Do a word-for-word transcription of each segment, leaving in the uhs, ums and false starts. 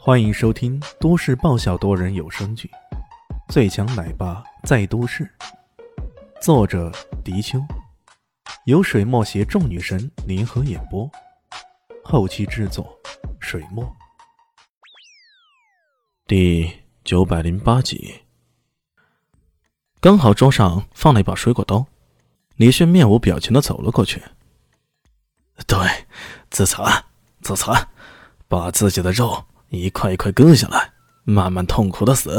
欢迎收听都市爆笑多人有声剧《最强奶爸在都市》，作者：迪秋，由水墨携众女神联合演播，后期制作：水墨。第九百零八集。刚好桌上放了一把水果刀，李炫面无表情地走了过去。 对，自残自残，把自己的肉一块一块割下来，慢慢痛苦的死。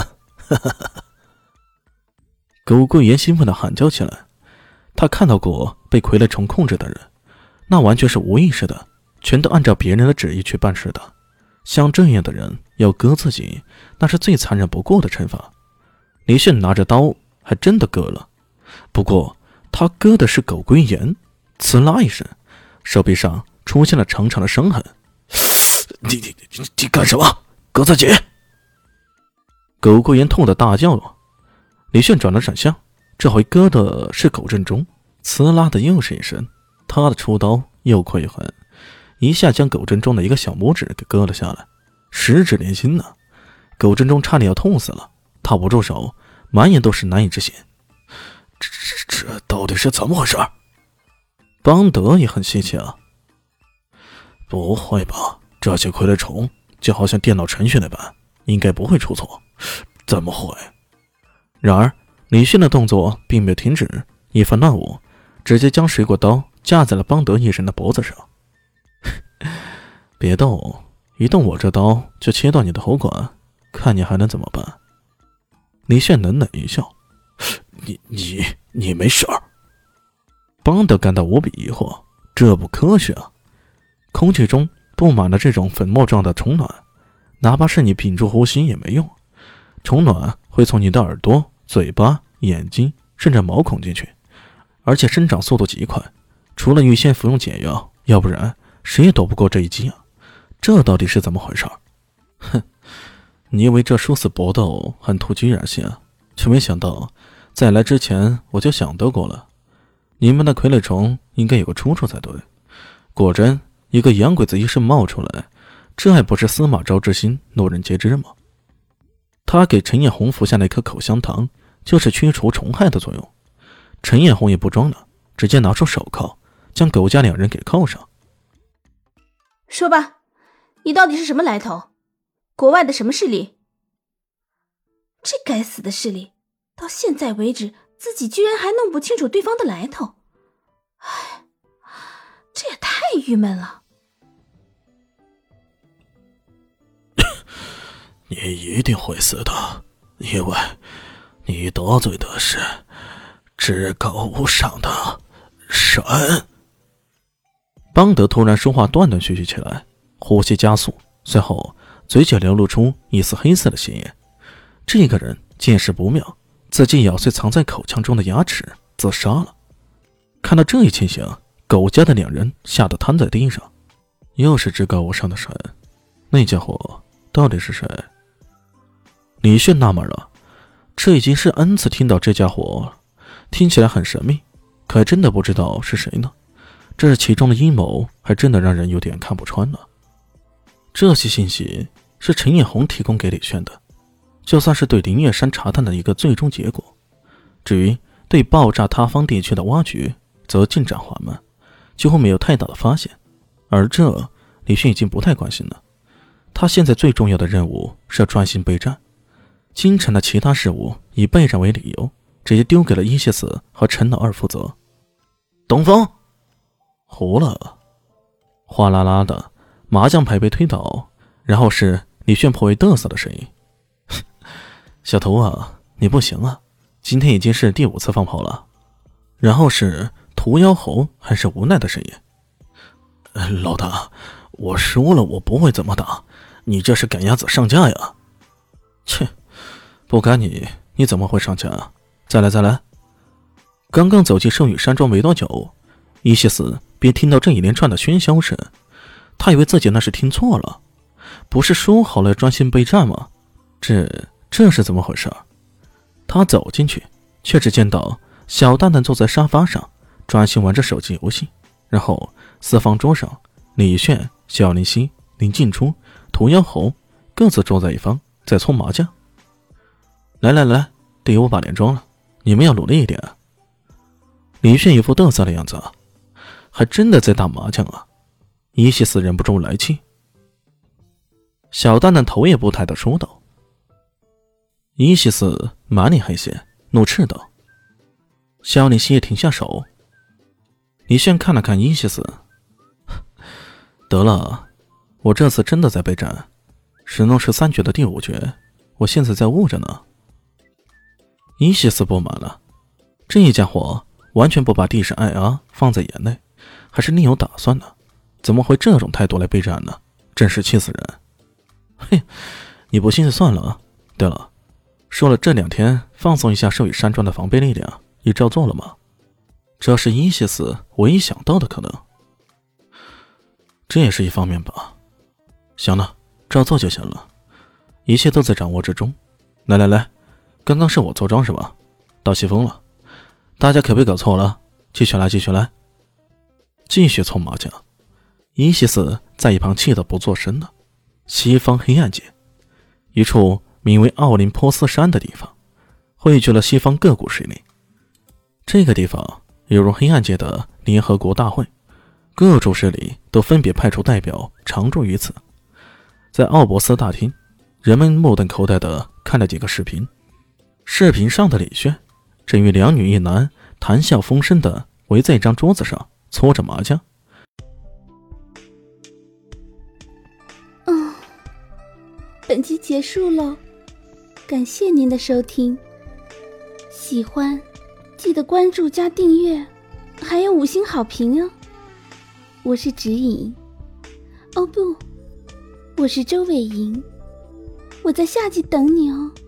狗桂岩兴奋地喊叫起来。他看到过被傀儡虫控制的人，那完全是无意识的，全都按照别人的旨意去办事的。像这样的人要割自己，那是最残忍不过的惩罚。李炫拿着刀还真的割了，不过他割的是狗桂岩，呲啦一声，手臂上出现了长长的伤痕。 你你你你干什么？割自己！ 狗桂岩痛得大叫了。李炫转了转向，这回割的是狗正中，呲啦的又是一声，他的出刀又快又狠，一下将狗正中的一个小拇指给割了下来，十指连心呢。狗正中差点要痛死了，套不住手，满眼都是难以置信。 这这这到底是怎么回事？ 邦德也很稀奇啊。 不会吧，这些傀儡虫就好像电脑程序那般，应该不会出错，怎么会？ 然而李迅的动作并没有停止，一番乱舞，直接将水果刀架在了邦德一人的脖子上。别动，一动我这刀就切断你的喉管，看你还能怎么办？李迅冷冷一笑。 你你你没事儿？ 邦德感到无比疑惑，这不科学啊！空气中布满了这种粉末状的虫卵，哪怕是你屏住呼吸也没用，虫卵会从你的耳朵、嘴巴、眼睛甚至毛孔进去，而且生长速度极快，除了预先服用解药，要不然谁也躲不过这一击啊！这到底是怎么回事？哼，你以为这殊死搏斗很突击而行，却没想到在来之前我就想到过了，你们的傀儡虫应该有个出处才对。果真一个洋鬼子一声冒出来，这还不是司马昭之心，路人皆知吗？他给陈彦宏服下那颗口香糖，就是驱除虫害的作用。陈彦宏也不装了，直接拿出手铐，将狗家两人给铐上。 说吧，你到底是什么来头？国外的什么势力？这该死的势力，到现在为止，自己居然还弄不清楚对方的来头。唉，这也太郁闷了。 你一定会死的，因为你得罪的是至高无上的神。 邦德突然说话断断续续起来，呼吸加速，随后嘴角流露出一丝黑色的血液。这个人见势不妙，自己咬碎藏在口腔中的牙齿自杀了。看到这一情形，狗家的两人吓得瘫在地上。又是至高无上的神，那家伙到底是谁？李炫纳闷了，这已经是 N 次听到这家伙，听起来很神秘，可还真的不知道是谁呢。这是其中的阴谋，还真的让人有点看不穿了。这些信息是陈彦宏提供给李炫的，就算是对林月山查探的一个最终结果。至于对爆炸塌方地区的挖掘，则进展缓慢，几乎没有太大的发现。而这李迅已经不太关心了，他现在最重要的任务是要专心备战。京城的其他事务以备战为理由，直接丢给了伊谢斯和陈老二负责。东风糊了，哗啦啦的麻将牌被推倒，然后是李炫颇为得瑟的声音。小头啊，你不行啊，今天已经是第五次放炮了。然后是屠妖侯还是无奈的声音。 老大，我说了我不会怎么打，你这是赶鸭子上架呀。 切，不赶你，你怎么会上架啊？再来再来。刚刚走进圣羽山庄没多久，伊西斯便听到这一连串的喧嚣声，他以为自己那是听错了，不是说好了专心备战吗？这这是怎么回事？他走进去，却只见到小蛋蛋坐在沙发上，专心玩着手机游戏。然后四方桌上，李炫、小林夕、林静初、屠妖侯各自坐在一方，在搓麻将。来来来，第五把连庄了，你们要努力一点啊！李炫一副嘚瑟的样子啊，还真的在打麻将啊！伊西斯忍不住来气。小蛋蛋头也不抬地说道。伊西斯满脸黑线，怒斥道。肖尼西也停下手。李炫看了看伊西斯，得了，我这次真的在备战，神农十三绝的第五绝，我现在在悟着呢。伊西斯不满了，这一家伙完全不把地神艾阿放在眼内，还是另有打算呢？怎么会这种态度来备战呢？真是气死人！嘿，你不信就算了啊。对了，说了这两天放松一下兽羽山庄的防备力量，你照做了吗？这是伊西斯唯一想到的可能。这也是一方面吧。行了，照做就行了，一切都在掌握之中。来来来，刚刚是我坐庄是吧？到西风了，大家可别搞错了，继续来继续来。继续搓麻将。伊西斯在一旁气得不作声了。西方黑暗界，一处名为奥林波斯山的地方，汇聚了西方各股势力。这个地方犹如黑暗界的联合国大会，各种势力都分别派出代表常驻于此。在奥博斯大厅，人们目瞪口呆地看了几个视频。视频上的李炫正与两女一男谈笑风生地围在一张桌子上搓着麻将。 嗯，本集结束了，感谢您的收听。喜欢记得关注加订阅，还有五星好评哦。我是指引，哦不，我是周伟莹，我在下集等你哦。